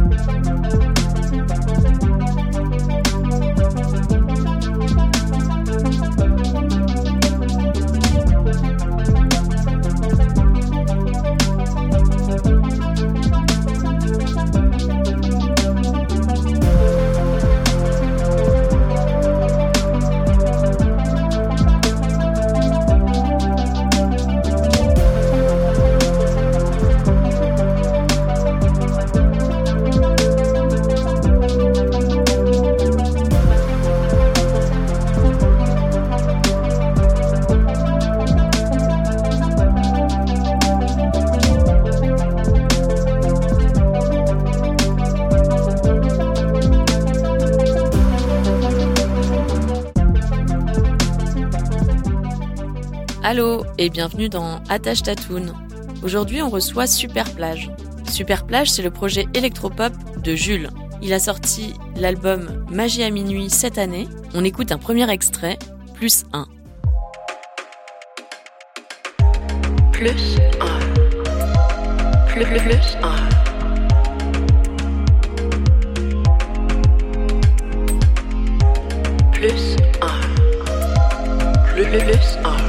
Allô et bienvenue dans Attache Tatoune. Aujourd'hui, on reçoit Superplage. Superplage, c'est le projet électropop de Jules. Il a sorti l'album Magie à minuit cette année. On écoute un premier extrait, plus 1. Plus 1. Plus 1. Plus 1. Plus 1.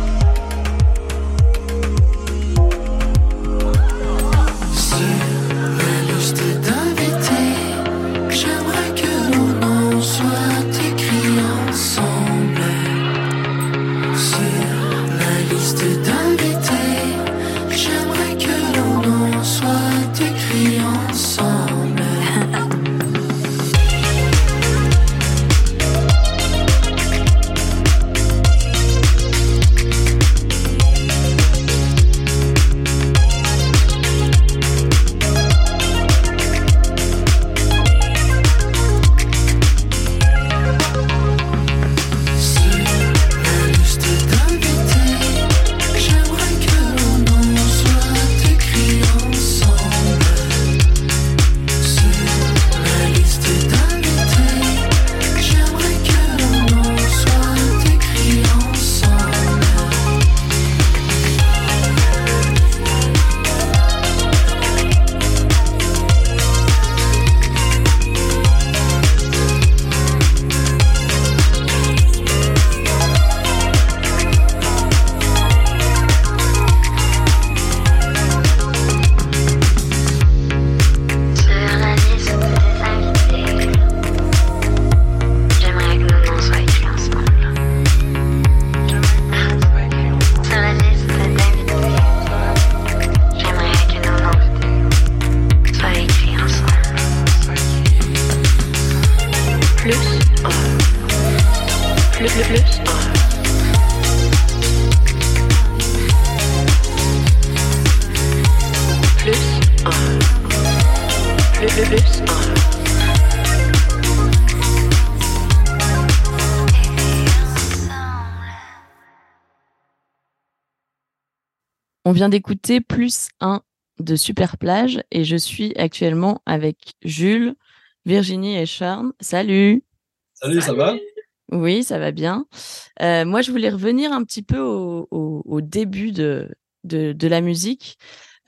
On vient d'écouter plus 1 de Superplage et je suis actuellement avec Jules, Virginie et Charles. Salut! Salut, ça va? Oui, ça va bien. Moi, je voulais revenir un petit peu au début de la musique.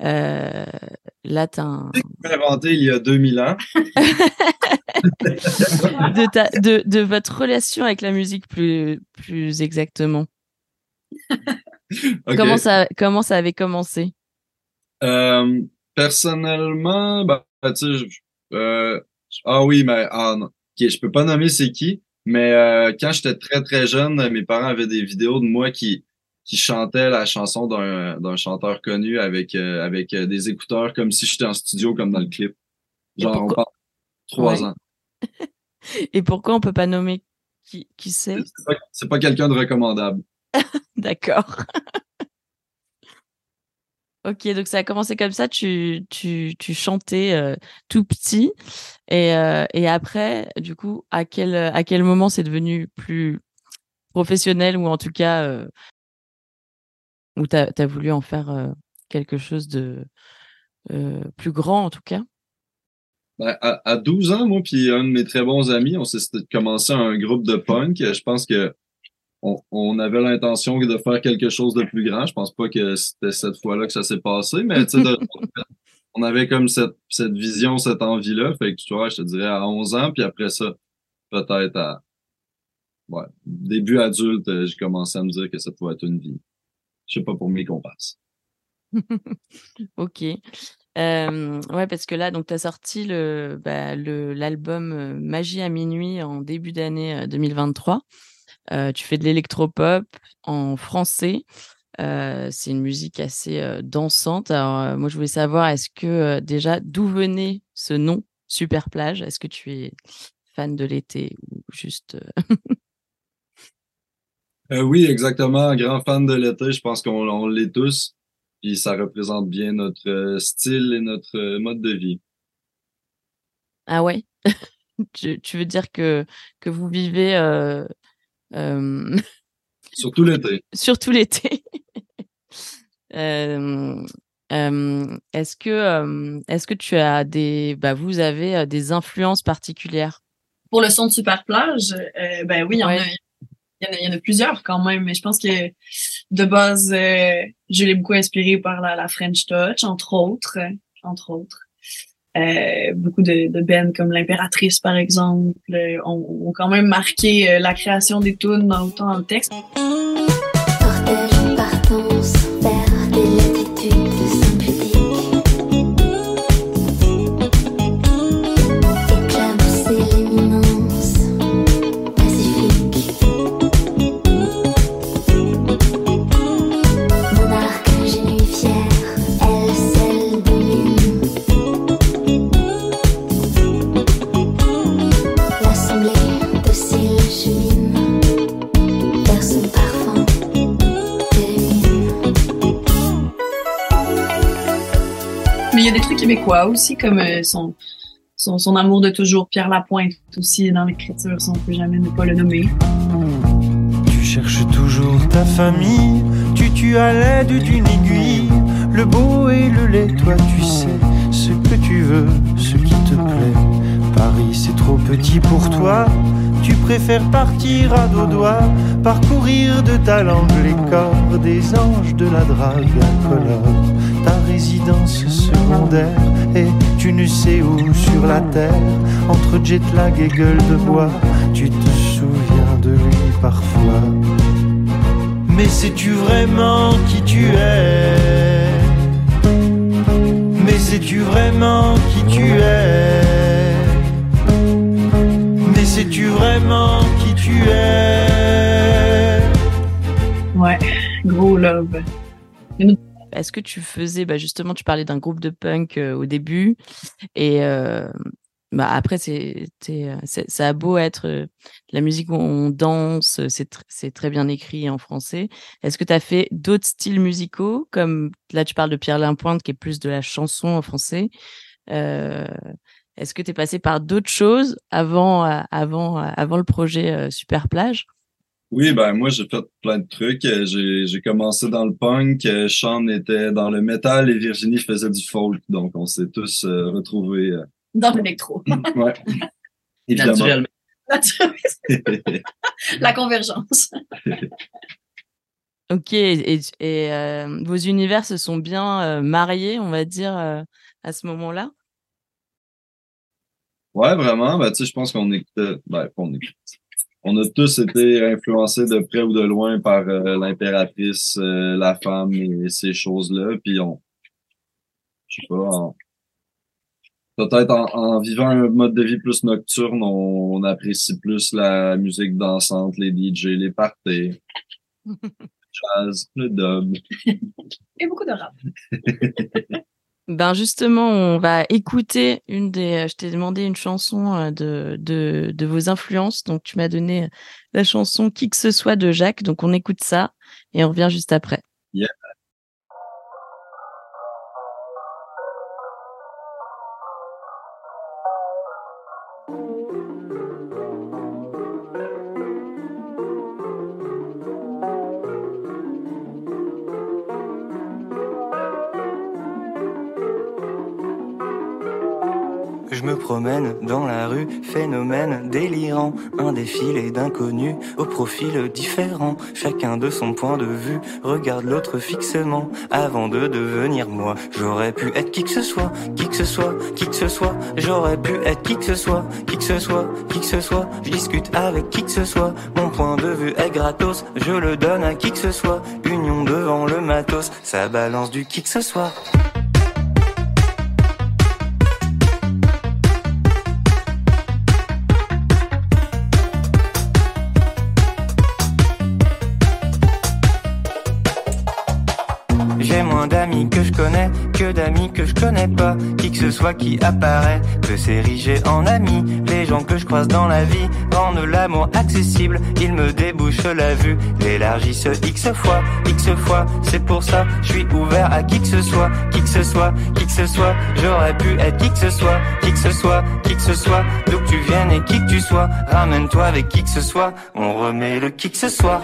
Là, t'as un... Inventé il y a 2000 ans. de votre relation avec la musique plus exactement. Okay. Comment ça avait commencé? Personnellement, tu sais, ah oui, mais non. Okay, je peux pas nommer c'est qui, mais quand j'étais très très jeune, mes parents avaient des vidéos de moi qui chantait la chanson d'un chanteur connu avec des écouteurs comme si j'étais en studio comme dans le clip. Genre on parle 3 ans. Et pourquoi on peut pas nommer qui c'est? C'est pas quelqu'un de recommandable. D'accord. Ok, donc ça a commencé comme ça, tu chantais tout petit et après, du coup, à quel moment c'est devenu plus professionnel ou en tout cas où t'as voulu en faire quelque chose de plus grand en tout cas? À 12 ans, moi puis un de mes très bons amis, on s'est commencé un groupe de punk. Je pense que on avait l'intention de faire quelque chose de plus grand. Je pense pas que c'était cette fois-là que ça s'est passé, mais tu sais, on avait comme cette vision, cette envie-là. Fait que, tu vois, je te dirais à 11 ans, puis après ça, peut-être à, ouais, début adulte, j'ai commencé à me dire que ça pouvait être une vie. Je sais pas pour mes comparses. OK. Ouais, parce que là, donc tu as sorti l'album, Magie à minuit en début d'année, 2023. Tu fais de l'électropop en français. C'est une musique assez, dansante. Alors, moi, je voulais savoir, est-ce que, déjà, d'où venait ce nom, Super Plage? Est-ce que tu es fan de l'été ou juste, Oui, exactement. Grand fan de l'été, je pense qu'on l'est tous. Puis ça représente bien notre style et notre mode de vie. Ah ouais? Tu veux dire que vous vivez, hem, Surtout l'été. surtout l'été? Hem, est-ce que tu as vous avez, des influences particulières? Pour le son de Super Plage, ben oui, Ouais. il y en a plusieurs quand même, mais je pense que de base, je l'ai beaucoup inspiré par la French Touch, entre autres, entre autres. Beaucoup de bands comme l'Impératrice, par exemple, ont quand même marqué la création des tunes, autant dans le texte. Cortège en partance vers des latitudes sans pudique. Éclabousser l'éminence pacifique. Monarque ingénu fier, elle celle de lune. L'assemblée docile chemine vers son parfum de lune. Mais il y a des trucs québécois aussi, comme son amour de toujours, Pierre Lapointe aussi dans l'écriture, si on peut jamais ne pas le nommer. Tu cherches toujours ta famille, tu tues à l'aide d'une aiguille, le beau et le laid, toi tu sais ce que tu veux, ce qui te plaît. Paris c'est trop petit pour toi, tu préfères partir à dos doigts, parcourir de ta langue les corps des anges de la drague incolore. Ta résidence secondaire et tu ne sais où sur la terre, entre jet lag et gueule de bois, tu te souviens de lui parfois. Mais sais-tu vraiment qui tu es? Mais sais-tu vraiment qui tu es? Mais sais-tu vraiment qui tu es? Ouais, gros love. Est-ce que tu faisais, justement, tu parlais d'un groupe de punk, au début et après ça a beau être, de la musique où on danse, c'est très bien écrit en français. Est-ce que tu as fait d'autres styles musicaux? Comme là, tu parles de Pierre Lapointe qui est plus de la chanson en français. Est-ce que tu es passé par d'autres choses avant le projet, Super Plage? Oui, ben moi j'ai fait plein de trucs. J'ai commencé dans le punk, Sean était dans le metal et Virginie faisait du folk. Donc on s'est tous retrouvés. Dans l'électro. Ouais, évidemment. Naturellement. La convergence. OK et vos univers se sont bien, mariés, on va dire, à ce moment-là? Ouais, vraiment. Ben, tu sais, je pense qu'on écoutait, on a tous été influencés de près ou de loin par l'impératrice, la femme et ces choses-là. Puis je sais pas, peut-être en vivant un mode de vie plus nocturne, on apprécie plus la musique dansante, les DJ, les parties, le jazz, le dub. Et beaucoup de rap. Ben justement, on va écouter je t'ai demandé une chanson de vos influences. Donc, tu m'as donné la chanson Qui que ce soit de Jacques. Donc, on écoute ça et on revient juste après. Yeah. Je me promène dans la rue, phénomène délirant, un défilé d'inconnus au profil différent, chacun de son point de vue, regarde l'autre fixement avant de devenir moi. J'aurais pu être qui que ce soit, qui que ce soit, qui que ce soit, j'aurais pu être qui que ce soit, qui que ce soit, qui que ce soit, je discute avec qui que ce soit, mon point de vue est gratos, je le donne à qui que ce soit, union devant le matos, ça balance du qui que ce soit. J'ai moins d'amis que je connais que d'amis que je connais pas. Qui que ce soit qui apparaît peut s'ériger en ami. Les gens que je croise dans la vie rendent l'amour accessible. Ils me débouchent la vue, l'élargissent X fois. C'est pour ça, je suis ouvert à qui que ce soit. Qui que ce soit, qui que ce soit. J'aurais pu être qui que ce soit, qui que ce soit, qui que ce soit. D'où que tu viennes et qui que tu sois, ramène-toi avec qui que ce soit. On remet le qui que ce soit.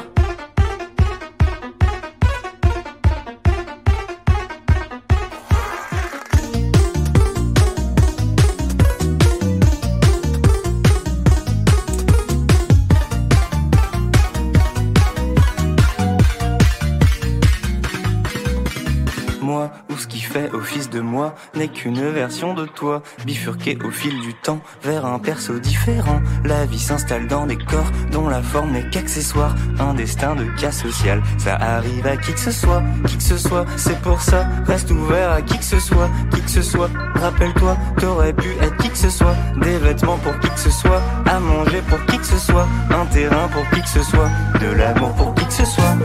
Moi, ou ce qui fait office de moi n'est qu'une version de toi, bifurquée au fil du temps vers un perso différent. La vie s'installe dans des corps dont la forme n'est qu'accessoire, un destin de cas social. Ça arrive à qui que ce soit, c'est pour ça. Reste ouvert à qui que ce soit, qui que ce soit. Rappelle-toi, t'aurais pu être qui que ce soit. Des vêtements pour qui que ce soit, à manger pour qui que ce soit, un terrain pour qui que ce soit, de l'amour pour qui que ce soit.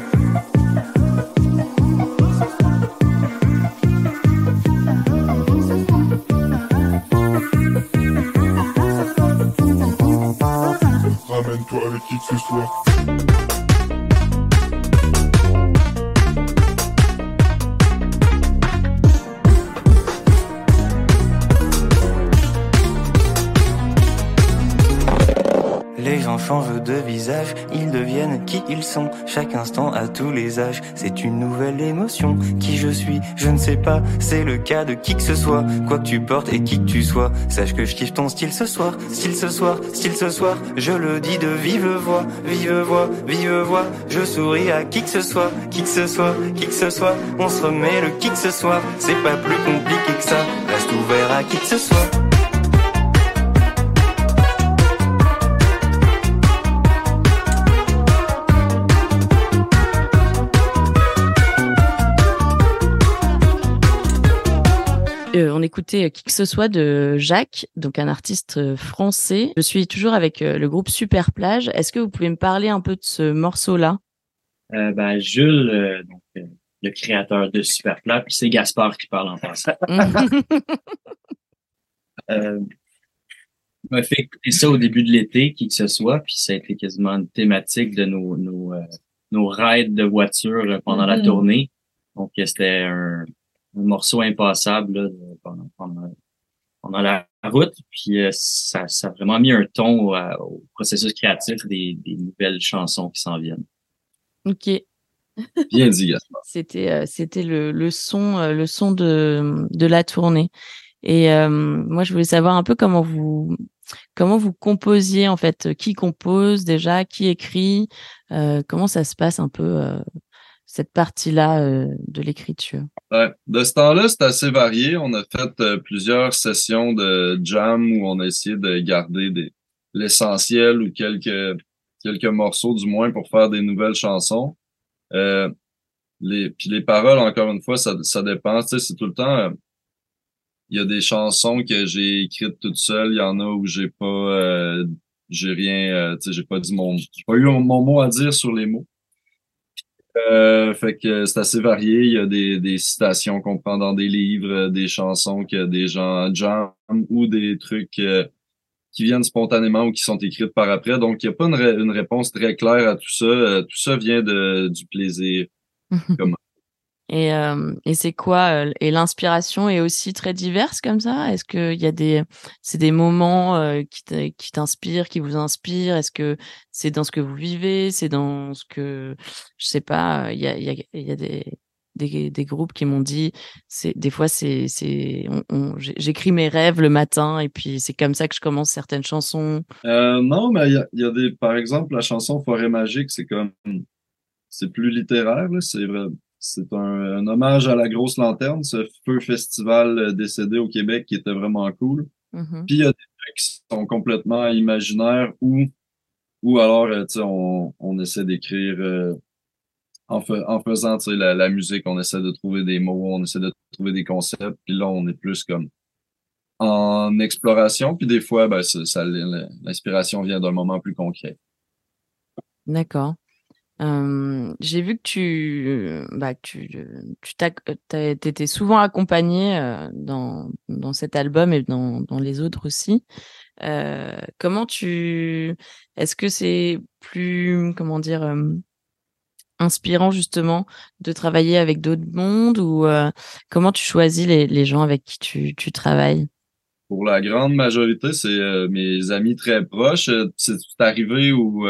Ramène-toi avec qui que ce soit. Les gens changent de visage, ils deviennent qui ils sont. Chaque instant à tous les âges, c'est une nouvelle émotion. Qui je suis, je ne sais pas, c'est le cas de qui que ce soit. Quoi que tu portes et qui que tu sois, sache que je kiffe ton style ce soir. Style ce soir, style ce soir, je le dis de vive voix, vive voix, vive voix. Je souris à qui que ce soit, qui que ce soit, qui que ce soit. On se remet le qui que ce soit, c'est pas plus compliqué que ça. Reste ouvert à qui que ce soit. On écoutait qui que ce soit de Jacques, donc un artiste français. Je suis toujours avec le groupe Super Plage. Est-ce que vous pouvez me parler un peu de ce morceau-là? Jules, le créateur de Super Plage, puis c'est Gaspard qui parle en passant. M'a fait écouter ça au début de l'été, qui que ce soit, puis ça a été quasiment une thématique de nos rides de voiture pendant la tournée. Donc c'était un morceau impassable là, pendant la route, puis ça a vraiment mis un ton au processus créatif des nouvelles chansons qui s'en viennent. Ok. Bien dit, Gaspard. C'était le son de la tournée. Et moi, je voulais savoir un peu comment vous composiez en fait, qui compose déjà, qui écrit, comment ça se passe un peu cette partie-là de l'écriture. Ouais. De ce temps-là, c'est assez varié. On a fait plusieurs sessions de jam où on a essayé de garder l'essentiel ou quelques morceaux du moins pour faire des nouvelles chansons. Puis les paroles, encore une fois, ça dépend. Tu sais, c'est tout le temps. Il y a des chansons que j'ai écrites toute seule. Il y en a où j'ai rien. Tu sais, j'ai pas eu mon mot à dire sur les mots. Fait que c'est assez varié. Il y a des citations qu'on prend dans des livres, des chansons que des gens jamment ou des trucs qui viennent spontanément ou qui sont écrites par après. Donc, il n'y a pas une réponse très claire à tout ça. Tout ça vient du plaisir. Comment? Et c'est quoi et l'inspiration est aussi très diverse comme ça? Est-ce que c'est des moments qui t'inspirent, qui vous inspirent? Est-ce que c'est dans ce que vous vivez? C'est dans ce que je sais pas. Il y a des groupes qui m'ont dit, des fois j'écris mes rêves le matin et puis c'est comme ça que je commence certaines chansons. Non, mais il y a par exemple, la chanson Forêt Magique, c'est plus littéraire, là, c'est vrai. C'est un hommage à la Grosse Lanterne, ce feu festival décédé au Québec qui était vraiment cool. Mhm. Puis il y a des trucs qui sont complètement imaginaires ou alors, tu sais, on essaie d'écrire en faisant, tu sais, la musique, on essaie de trouver des mots, on essaie de trouver des concepts. Puis là, on est plus comme en exploration. Puis des fois, ben, l'inspiration vient d'un moment plus concret. D'accord. J'ai vu que t'étais souvent accompagné dans cet album et dans les autres aussi. Est-ce que c'est plus, comment dire, inspirant justement de travailler avec d'autres mondes ou comment tu choisis les gens avec qui tu travailles? Pour la grande majorité, c'est mes amis très proches. C'est arrivé où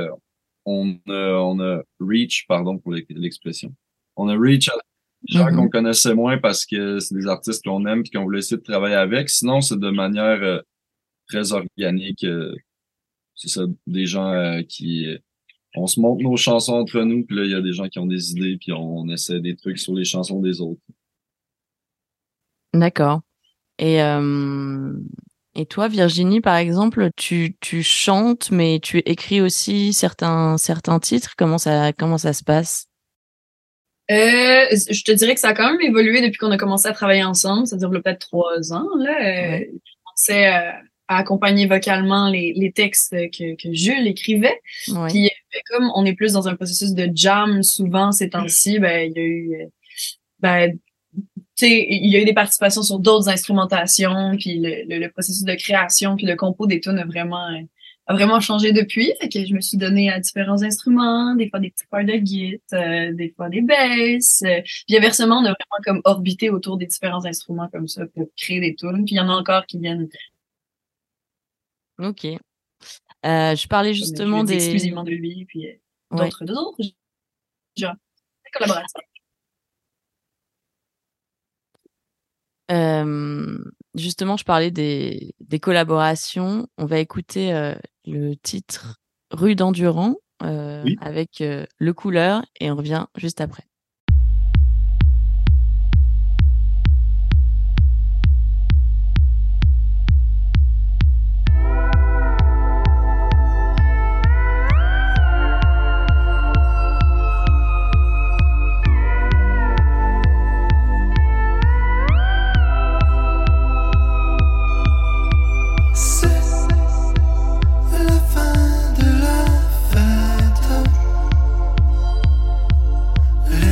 on a reach, pardon pour l'expression, on a reach à des gens qu'on connaissait moins parce que c'est des artistes qu'on aime et qu'on voulait essayer de travailler avec. Sinon, c'est de manière très organique. C'est ça, des gens on se montre nos chansons entre nous, puis là, il y a des gens qui ont des idées, puis on essaie des trucs sur les chansons des autres. D'accord. Et toi, Virginie, par exemple, tu chantes, mais tu écris aussi certains titres. Comment ça se passe? Je te dirais que ça a quand même évolué depuis qu'on a commencé à travailler ensemble, c'est-à-dire peut-être 3 ans. Là, Ouais. je commençais à accompagner vocalement les textes que Jules écrivait. Ouais. Puis comme on est plus dans un processus de jam souvent ces temps-ci, ben il y a eu tu sais, il y a eu des participations sur d'autres instrumentations, puis le processus de création, puis le compo des tunes a vraiment changé depuis. Fait que je me suis donnée à différents instruments, des fois des petits parts de guitare, des fois des basses. Puis inversement, on a vraiment comme orbité autour des différents instruments comme ça pour créer des tunes. Puis il y en a encore qui viennent Ok. Je parlais justement exclusivement de lui, puis d'autres genre des collaborations. Justement, je parlais des collaborations. On va écouter le titre Rue d'Endurant Oui. avec Le Couleur et on revient juste après. Les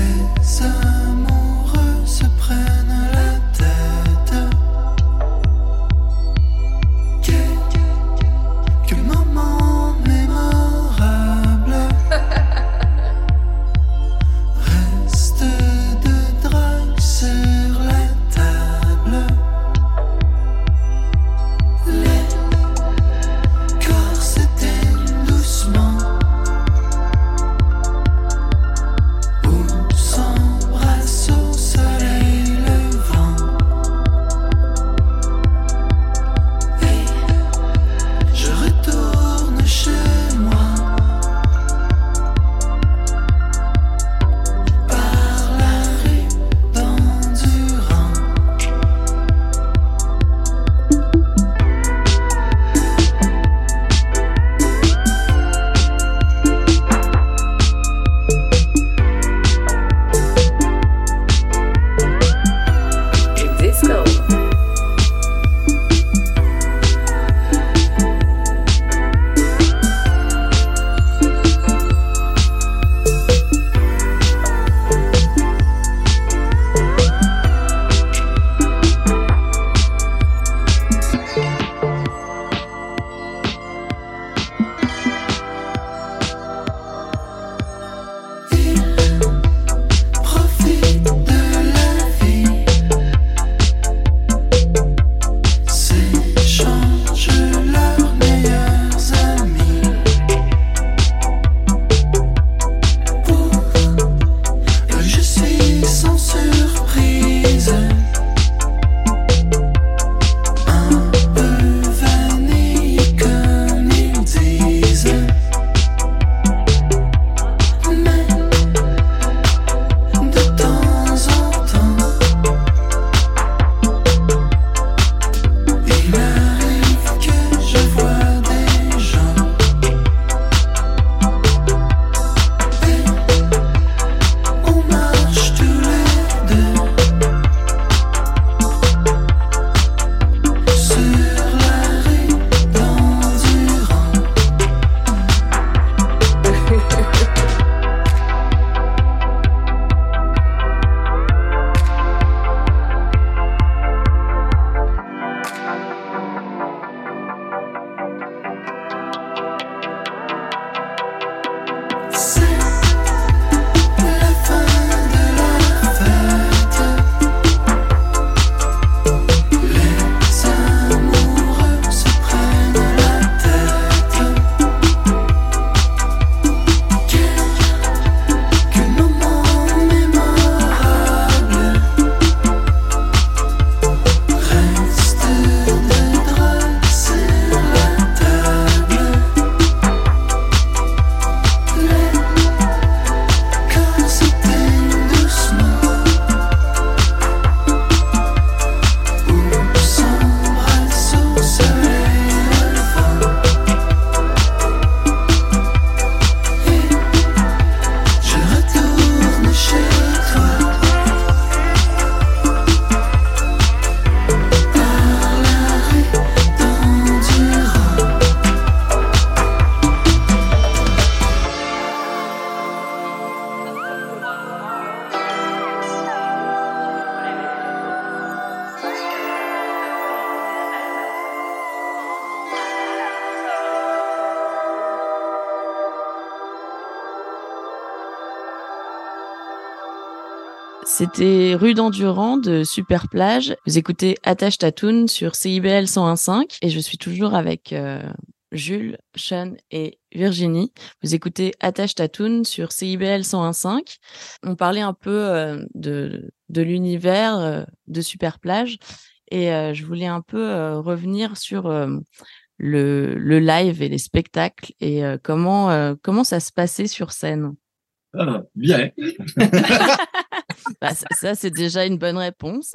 C'était Rue d'Endurant de Super Plage. Vous écoutez Attache Tatoune sur CIBL 101.5 et je suis toujours avec Jules, Sean et Virginie. Vous écoutez Attache Tatoune sur CIBL 101.5. On parlait un peu de l'univers de Super Plage et je voulais un peu revenir sur le live et les spectacles et comment ça se passait sur scène. Ah, bien. Bah, ça, c'est déjà une bonne réponse.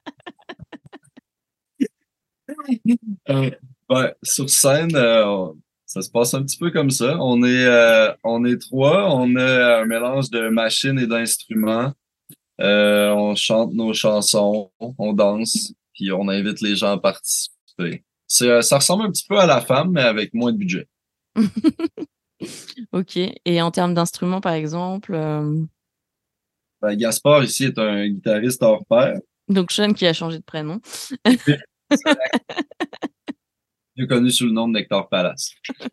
Sur scène, ça se passe un petit peu comme ça. On est trois, on a un mélange de machines et d'instruments. On chante nos chansons, on danse, puis on invite les gens à participer. Ça ressemble un petit peu à La Femme, mais avec moins de budget. Ok. Et en termes d'instruments, par exemple Gaspard, ici, est un guitariste hors pair. Donc, Sean qui a changé de prénom. Mieux connu sous le nom de Nectar Palace.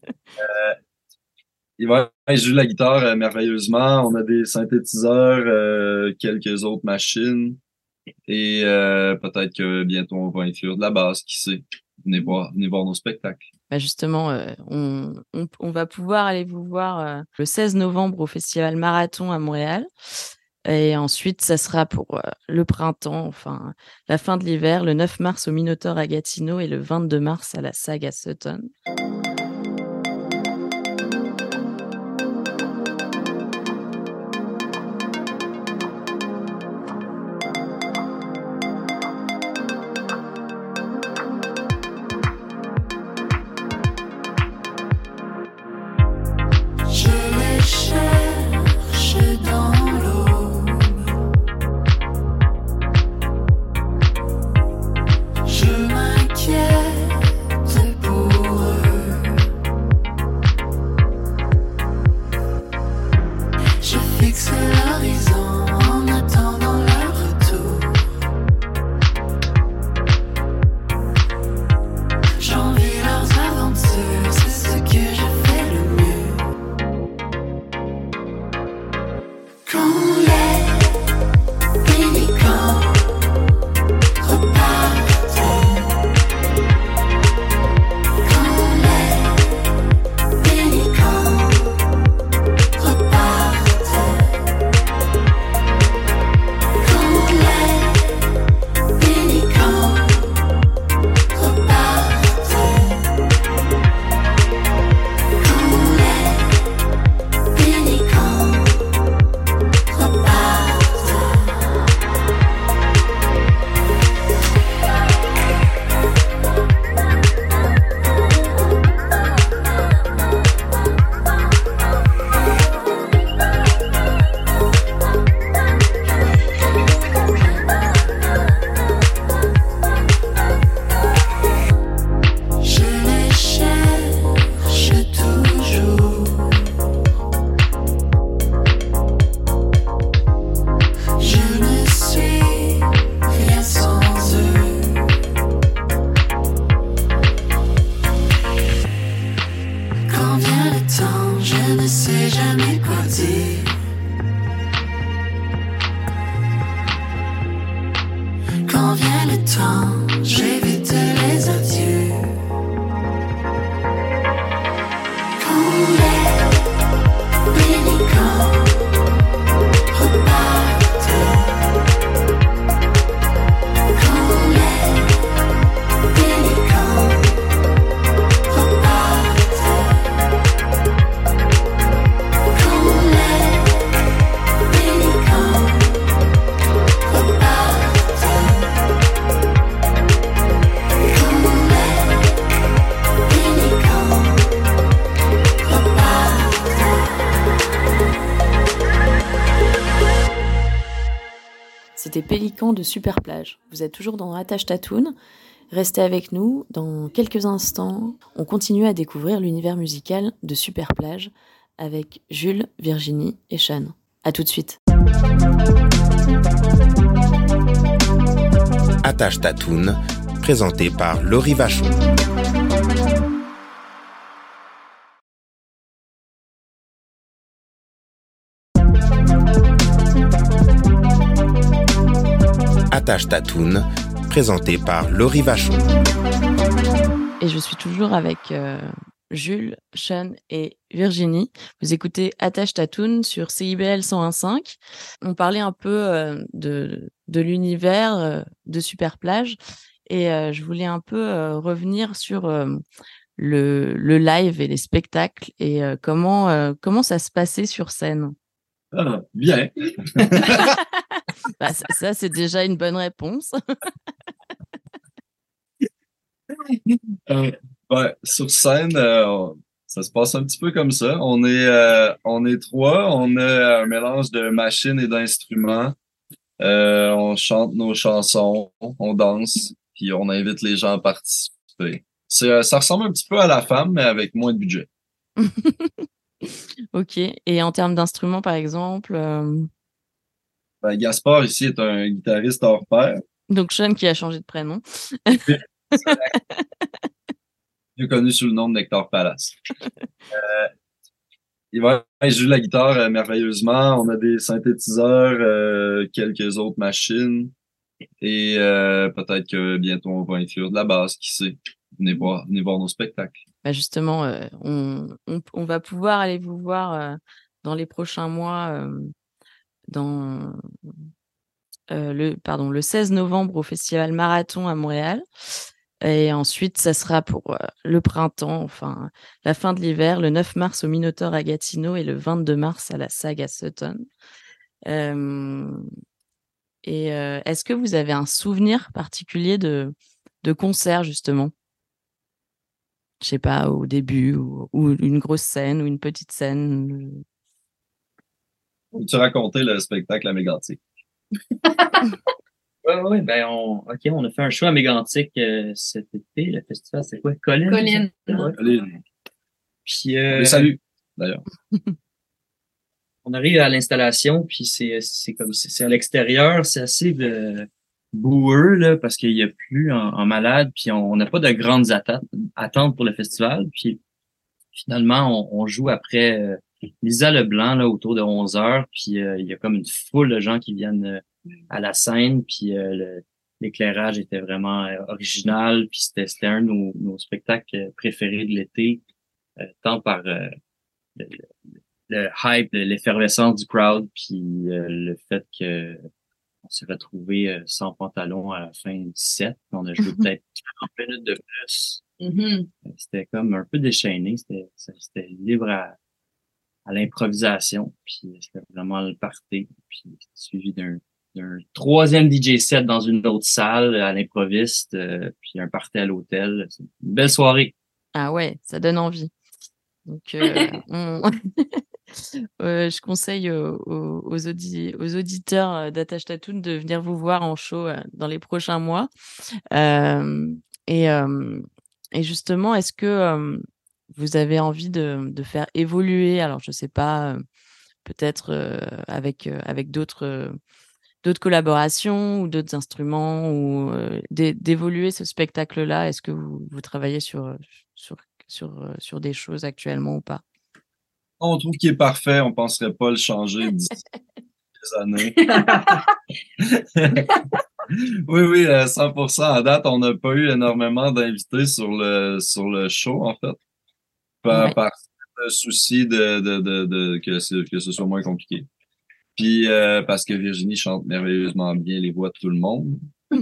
Il joue la guitare merveilleusement. On a des synthétiseurs, quelques autres machines. Et peut-être que bientôt, on va inclure de la basse, qui sait. Venez voir nos spectacles. Bah justement, on va pouvoir aller vous voir le 16 novembre au Festival Marathon à Montréal. Et ensuite, ça sera pour le printemps, enfin la fin de l'hiver, le 9 mars au Minotaur à Gatineau et le 22 mars à la SAG à Sutton. C'était Pélican de Super Plage. Vous êtes toujours dans Attache Tatoune. Restez avec nous. Dans quelques instants, on continue à découvrir l'univers musical de Super Plage avec Jules, Virginie et Sean. À tout de suite. Attache Tatoune, présenté par Laurie Vachon. Attache ta toune, présenté par Laurie Vachon. Et je suis toujours avec Jules, Sean et Virginie. Vous écoutez Attache ta toune sur CIBL 101.5. On parlait un peu de l'univers de Superplage et je voulais un peu revenir sur le live et les spectacles et comment ça se passait sur scène. Ah, bien. Bah, ça c'est déjà une bonne réponse. Sur scène, ça se passe un petit peu comme ça. On est trois, on a un mélange de machines et d'instruments. On chante nos chansons, on danse, puis on invite les gens à participer. Ça ressemble un petit peu à La Femme, mais avec moins de budget. Ok. Et en termes d'instruments, par exemple Gaspard, ici, est un guitariste hors pair. Donc Sean qui a changé de prénom. Mieux connu sous le nom de Nectar Palace. Il joue la guitare merveilleusement. On a des synthétiseurs, quelques autres machines. Et peut-être que bientôt on va inclure de la basse, qui sait. Venez voir nos spectacles. Bah justement, on va pouvoir aller vous voir dans les prochains mois dans le 16 novembre au Festival Marathon à Montréal. Et ensuite, ça sera pour le printemps, enfin la fin de l'hiver, le 9 mars au Minotaur à Gatineau et le 22 mars à la SAG à Sutton. Est-ce que vous avez un souvenir particulier de concert, justement? Je sais pas, au début, ou une grosse scène, ou une petite scène. Tu racontais le spectacle à Mégantic. Oui, ben on a fait un show à Mégantic cet été. Le festival, c'est quoi? Colline. Ouais. Puis Les saluts, d'ailleurs. On arrive à l'installation, puis c'est à l'extérieur, c'est assez boueux là, parce qu'il y a plu en malade, puis on n'a pas de grandes attentes pour le festival. Puis finalement, on joue après Lisa Leblanc là, autour de 11h, puis il y a comme une foule de gens qui viennent à la scène, puis l'éclairage était vraiment original, puis c'était un de nos spectacles préférés de l'été, tant par le hype, l'effervescence du crowd, puis le fait que on s'est retrouvé sans pantalon à la fin du set. On a joué peut-être 40 minutes de plus. Mm-hmm. C'était comme un peu déchaîné, c'était libre à l'improvisation, puis c'était vraiment le party, puis suivi d'un troisième DJ set dans une autre salle à l'improviste, puis un party à l'hôtel. C'est une belle soirée. Ah ouais, ça donne envie. Donc, je conseille aux auditeurs d'Attache ta toune de venir vous voir en show dans les prochains mois. Et justement, est-ce que vous avez envie de faire évoluer, alors je sais pas, peut-être avec d'autres collaborations ou d'autres instruments, ou d'évoluer ce spectacle-là? Est-ce que vous travaillez sur des choses actuellement ou pas? On trouve qu'il est parfait, on penserait pas le changer d'ici des années. Oui, 100%. À date, on n'a pas eu énormément d'invités sur le show, en fait. Par souci que ce soit moins compliqué. Puis parce que Virginie chante merveilleusement bien les voix de tout le monde.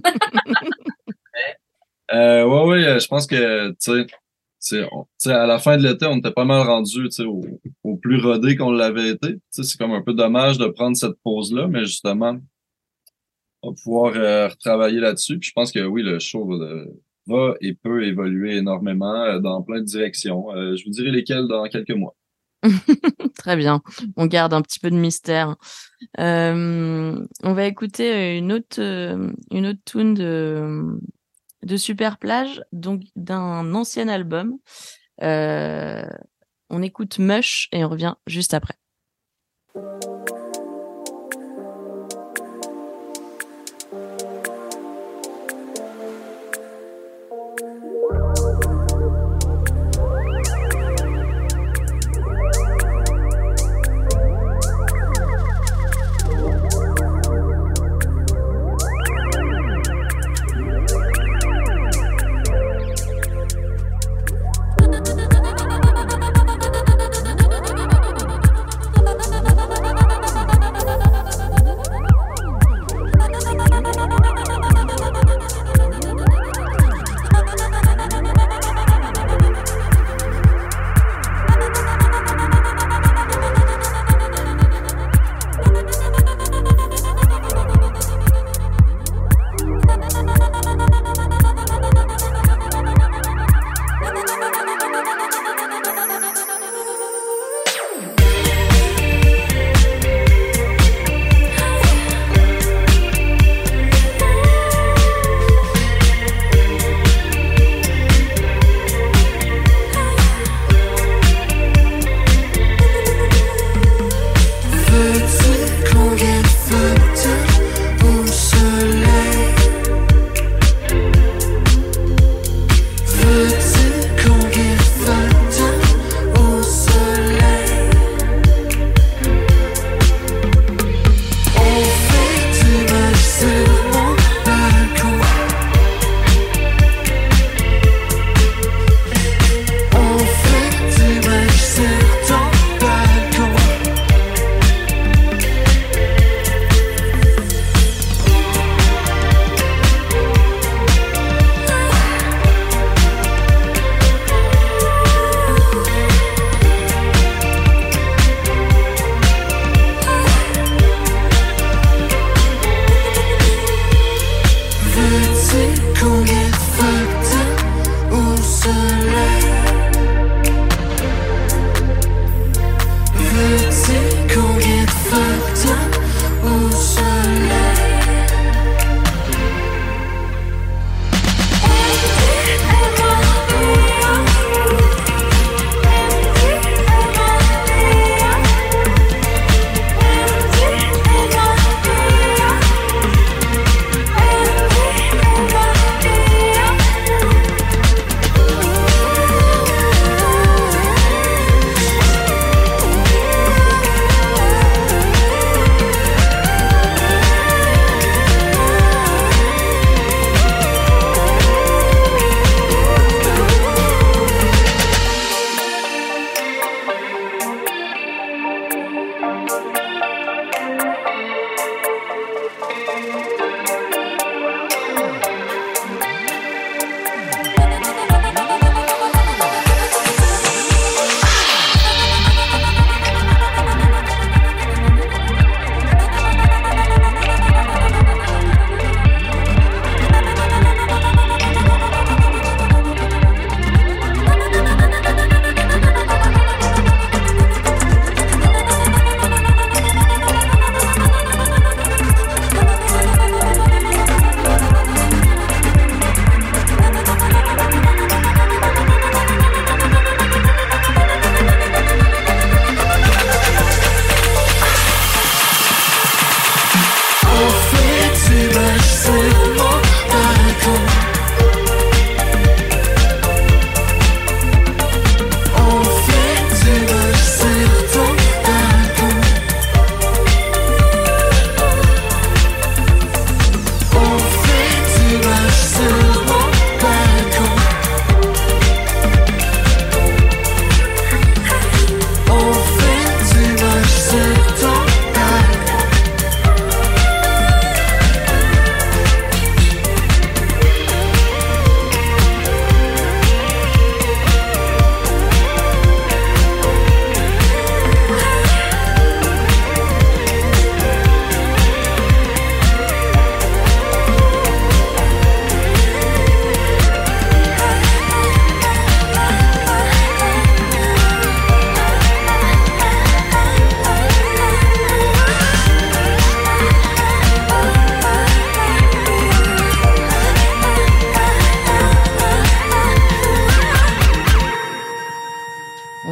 Je pense que tu sais, à la fin de l'été, on était pas mal rendu au plus rodé qu'on l'avait été. C'est comme un peu dommage de prendre cette pause-là, mais justement, on va pouvoir retravailler là-dessus. Puis je pense que oui, le show va et peut évoluer énormément dans plein de directions. Je vous dirai lesquelles dans quelques mois. Très bien. On garde un petit peu de mystère. On va écouter une autre tune de Superplage, donc d'un ancien album. On écoute Mush et on revient juste après.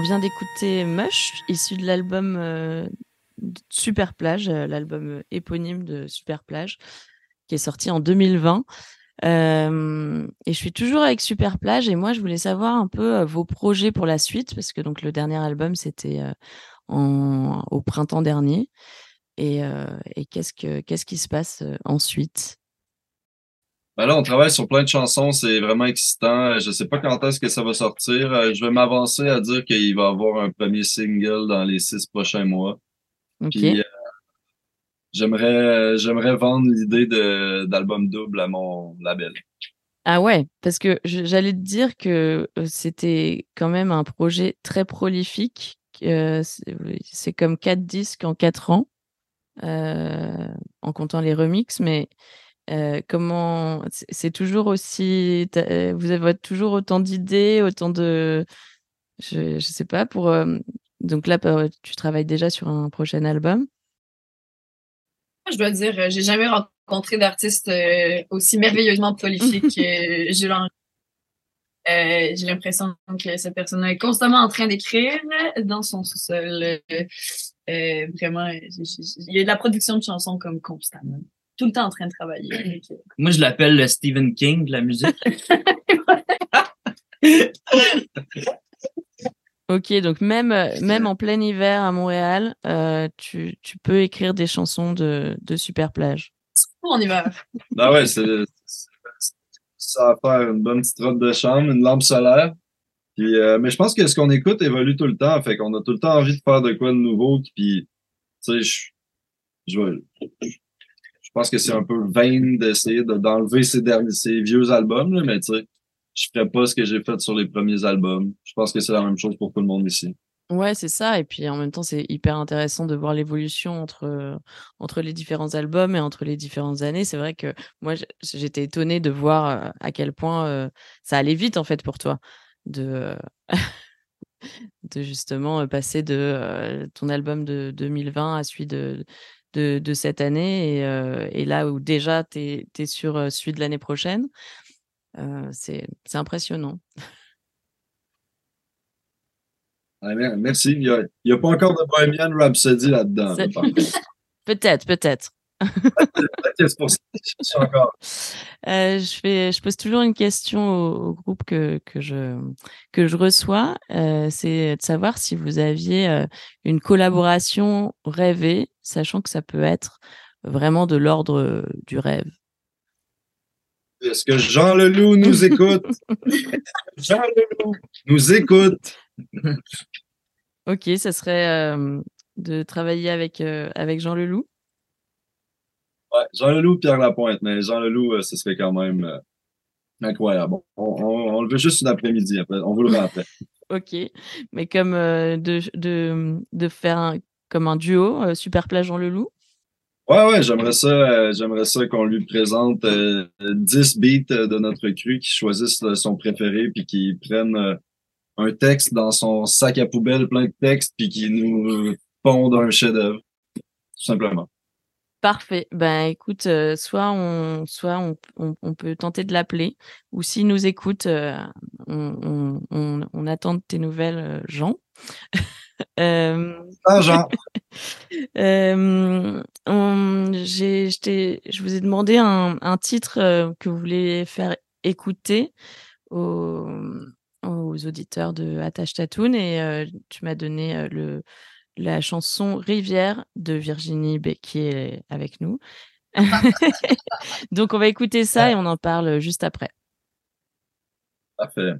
vient d'écouter Mush, issu de l'album Super Plage, l'album éponyme de Super Plage, qui est sorti en 2020. Et je suis toujours avec Super Plage, et moi je voulais savoir un peu vos projets pour la suite, parce que donc le dernier album c'était au printemps dernier, et qu'est-ce qui se passe ensuite? Ben là, on travaille sur plein de chansons, c'est vraiment excitant. Je sais pas quand est-ce que ça va sortir. Je vais m'avancer à dire qu'il va y avoir un premier single dans les 6 prochains mois. Ok. Puis j'aimerais vendre l'idée d'album double à mon label. Ah ouais, parce que j'allais te dire que c'était quand même un projet très prolifique. C'est comme 4 disques en 4 ans, en comptant les remixes, mais comment c'est toujours aussi, vous avez toujours autant d'idées, autant de, je sais pas, pour donc là tu travailles déjà sur un prochain album. Je dois dire, j'ai jamais rencontré d'artiste aussi merveilleusement prolifique que Jules. J'ai l'impression que cette personne est constamment en train d'écrire dans son sous-sol. Vraiment, il y a de la production de chansons comme constamment. Tout le temps en train de travailler. Moi, je l'appelle le Stephen King de la musique. Ok, donc même en plein hiver à Montréal, tu peux écrire des chansons de Super Plage. En hiver. Ben ouais, ça va faire une bonne petite robe de chambre, une lampe solaire. Puis, mais je pense que ce qu'on écoute évolue tout le temps, fait qu'on a tout le temps envie de faire de quoi de nouveau. Puis, tu sais, je pense que c'est un peu vain d'essayer d'enlever ces vieux albums, là, mais tu sais, je ferais pas ce que j'ai fait sur les premiers albums. Je pense que c'est la même chose pour tout le monde ici. Ouais, c'est ça. Et puis en même temps, c'est hyper intéressant de voir l'évolution entre les différents albums et entre les différentes années. C'est vrai que moi, j'étais étonnée de voir à quel point ça allait vite en fait pour toi de justement passer de ton album de 2020 à celui de cette année, et là où déjà t'es sur celui de l'année prochaine. C'est impressionnant. Ah, merci. Il y a pas encore de Bohemian Rhapsody là-dedans. Là, peut-être. Peut-être que c'est pour ça que je suis encore. Je pose toujours une question au groupe que je reçois. C'est de savoir si vous aviez une collaboration rêvée, sachant que ça peut être vraiment de l'ordre du rêve. Est-ce que Jean Leloup nous écoute? Jean Leloup nous écoute. Ok, ça serait de travailler avec Jean Leloup. Ouais, Jean Leloup, Pierre Lapointe, mais Jean Leloup, ce serait quand même incroyable. On le veut juste une après-midi, après. On vous le rend après. Ok, mais comme de faire comme un duo, Super Plage Jean Leloup. Ouais, j'aimerais ça qu'on lui présente 10 beats de notre cru, qui choisissent son préféré, puis qui prennent un texte dans son sac à poubelle plein de textes, puis qui nous pondent un chef-d'œuvre, tout simplement. Parfait. Ben écoute, soit on peut tenter de l'appeler, ou s'il nous écoute, on attend de tes nouvelles, Jean. Jean. Je vous ai demandé un titre que vous voulez faire écouter aux auditeurs de Attache Tatoune, et tu m'as donné la chanson Rivière de Virginie B, qui est avec nous. Donc on va écouter ça et on en parle juste après. Parfait.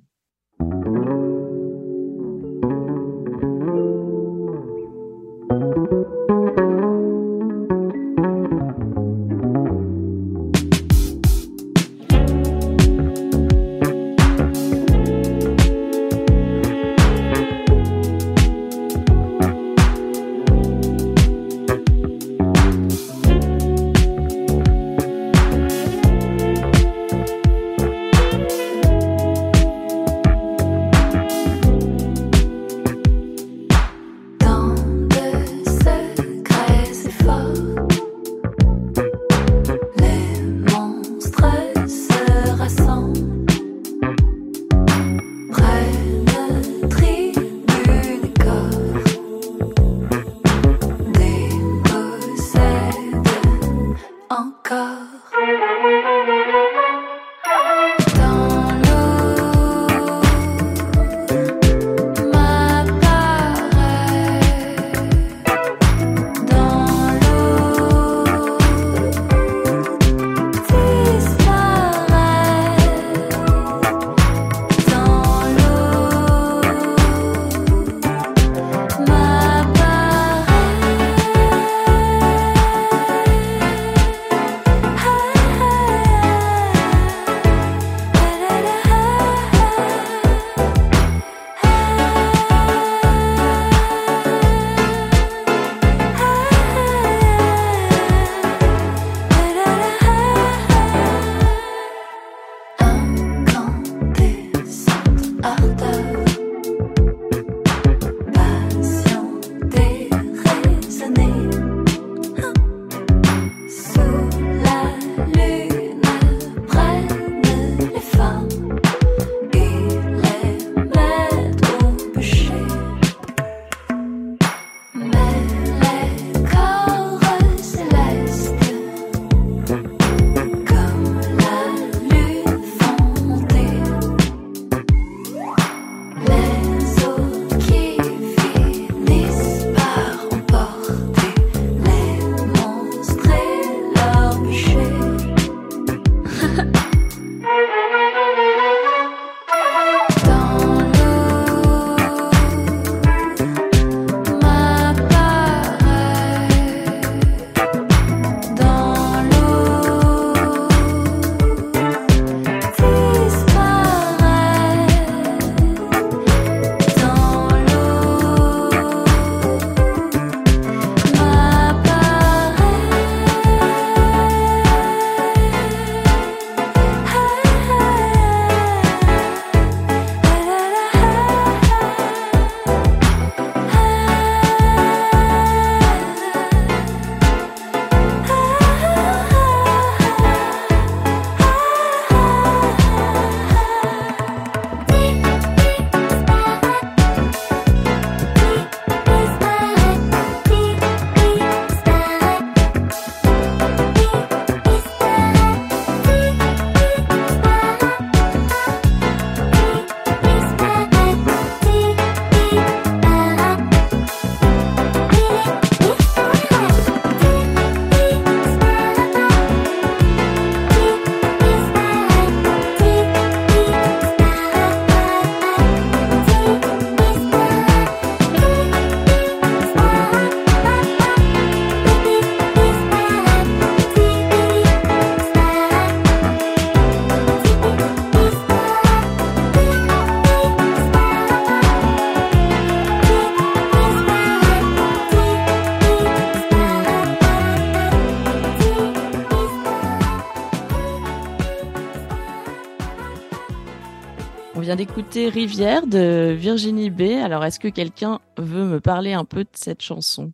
d'écouter Rivière de Virginie B. Alors, est-ce que quelqu'un veut me parler un peu de cette chanson?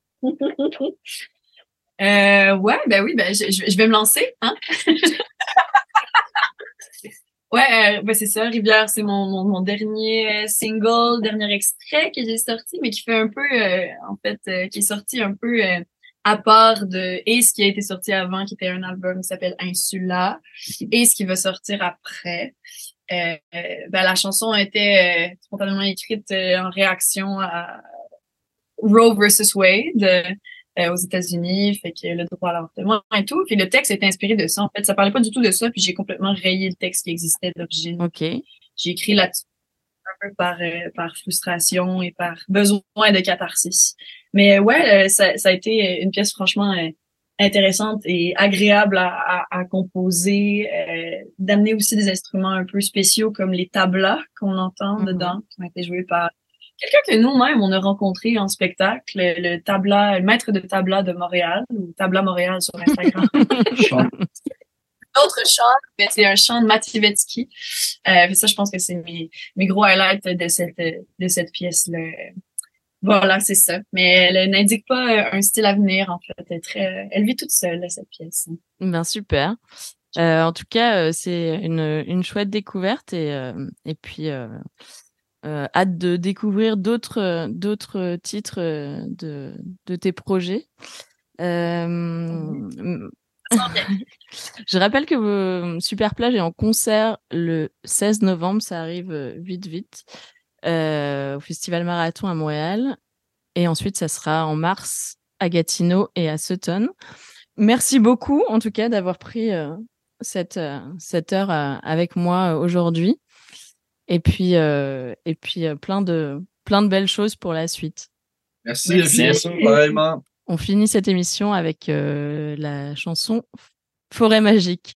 Ouais, ben oui, ben je vais me lancer, hein. Ouais, ben c'est ça, Rivière, c'est mon dernier single, dernier extrait que j'ai sorti, mais qui fait un peu, qui est sorti un peu à part de et ce qui a été sorti avant, qui était un album qui s'appelle Insula, et ce qui va sortir après. Ben la chanson a été spontanément écrite en réaction à Roe versus Wade aux États-Unis, fait que le droit à l'avortement et tout. Puis le texte est inspiré de ça. En fait, ça parlait pas du tout de ça, puis j'ai complètement rayé le texte qui existait d'origine. Ok. J'ai écrit là-dessus un peu par frustration et par besoin de catharsis. Mais ouais, ça a été une pièce franchement intéressante et agréable à composer, d'amener aussi des instruments un peu spéciaux comme les tablas qu'on entend dedans, qui ont été joués par quelqu'un que nous-mêmes, on a rencontré en spectacle, le maître de tabla de Montréal, ou Tabla Montréal sur Instagram. D'autres chants, mais c'est un chant de Mativetsky. Ça, je pense que c'est mes gros highlights de cette pièce-là. Voilà, c'est ça. Mais elle n'indique pas un style à venir, en fait. Elle vit toute seule, cette pièce. Ben, super. En tout cas, c'est une chouette découverte et puis hâte de découvrir d'autres titres de tes projets. Je rappelle que Superplage est en concert le 16 novembre, ça arrive vite, au Festival Marathon à Montréal. Et ensuite, ça sera en mars à Gatineau et à Sutton. Merci beaucoup, en tout cas, d'avoir pris cette heure avec moi aujourd'hui. Et puis plein de belles choses pour la suite. Merci. Pareillement. On finit cette émission avec la chanson Forêt magique.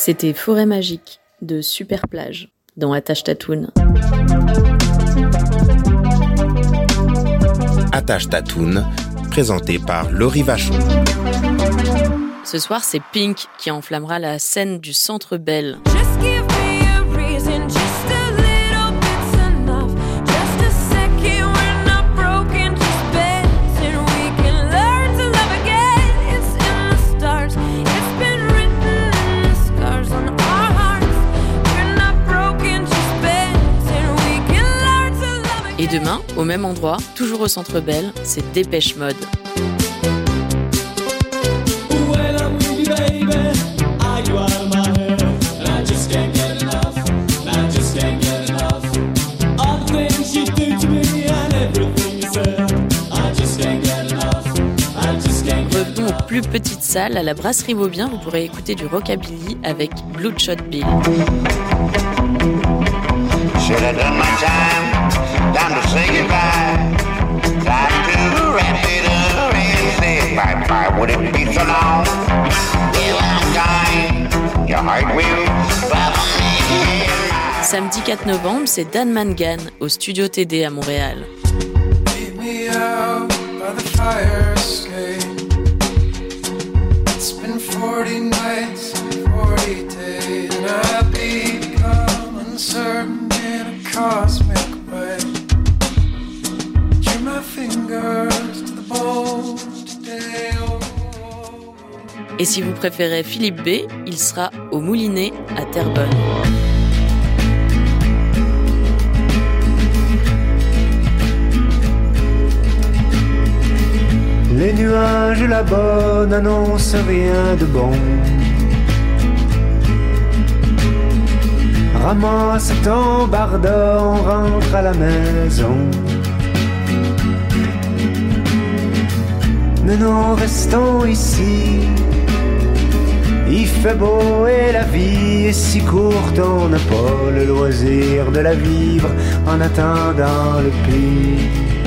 C'était Forêt Magique de Super Plage dans Attache Tatoune. Attache Tatoune, présenté par Laurie Vachon. Ce soir, c'est Pink qui enflammera la scène du Centre Bell. Et demain, au même endroit, toujours au Centre Bell, c'est Dépêche Mode. Revenons aux plus petites salles, à la Brasserie Beaubien, vous pourrez écouter du rockabilly avec Bloodshot Bill. Time to say goodbye. Time to wrap it up and say bye-bye. Would it be so long? Well, I'm dying. Your heart will follow me. Samedi 4 novembre, c'est Dan Mangan au Studio TD à Montréal. Meet me out by the fire escape. It's been 40 nights, 40 days, and I've become uncertain in a cosmic way. Et si vous préférez Philippe B, il sera au Moulinet à Terrebonne. Les nuages là-bas n'annoncent rien de bon. Ramasse ton barda, on rentre à la maison. Mais nous restons ici. Il fait beau et la vie est si courte, on n'a pas le loisir de la vivre en attendant le pire.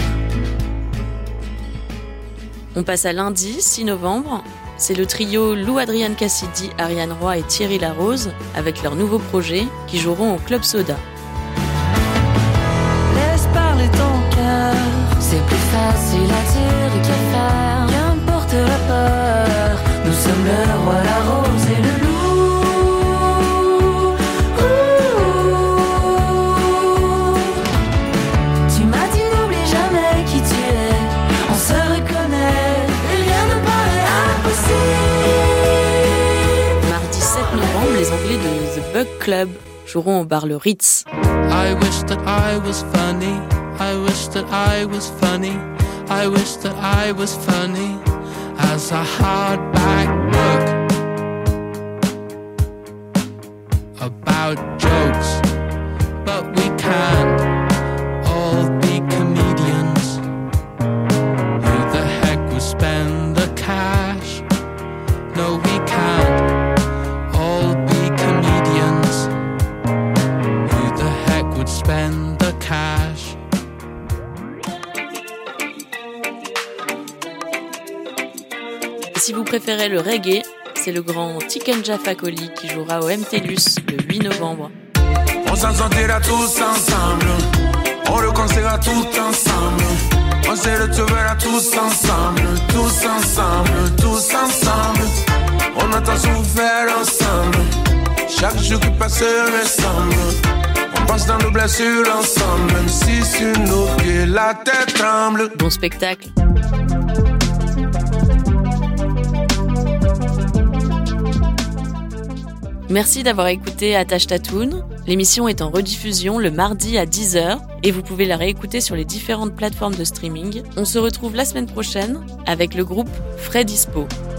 On passe à lundi, 6 novembre. C'est le trio Lou Adrienne Cassidy, Ariane Roy et Thierry Larose avec leur nouveau projet qui joueront au Club Soda. Laisse parler ton cœur, c'est plus facile à dire qu'à faire. Qu'importe la peur, nous sommes le roi, la rose et le loup. Tu m'as dit n'oublie jamais qui tu es, on se reconnaît et rien ne paraît impossible. Mardi 7 novembre, les Anglais de The Bug Club joueront au bar Le Ritz. I wish that I was funny. I wish that I was funny. I wish that I was funny as a hardback book about jokes, but we can't all be comedians. Who the heck would spend the cash? No, we can't all be comedians. Who the heck would spend the cash? Si vous préférez le reggae, c'est le grand Tikenja Fakoly qui jouera au MTLUS le 8 novembre. On s'en sortira tous ensemble, on le conseillera tout ensemble, on se retrouvera tous ensemble, tous ensemble, tous ensemble. On a tant souffert ensemble, chaque jour qui passe ressemble. On pense dans nos blessures ensemble, même si sur nos pieds la tête tremble. Bon spectacle. Merci d'avoir écouté Attache Tatoune. L'émission est en rediffusion le mardi à 10h et vous pouvez la réécouter sur les différentes plateformes de streaming. On se retrouve la semaine prochaine avec le groupe Frais Dispo.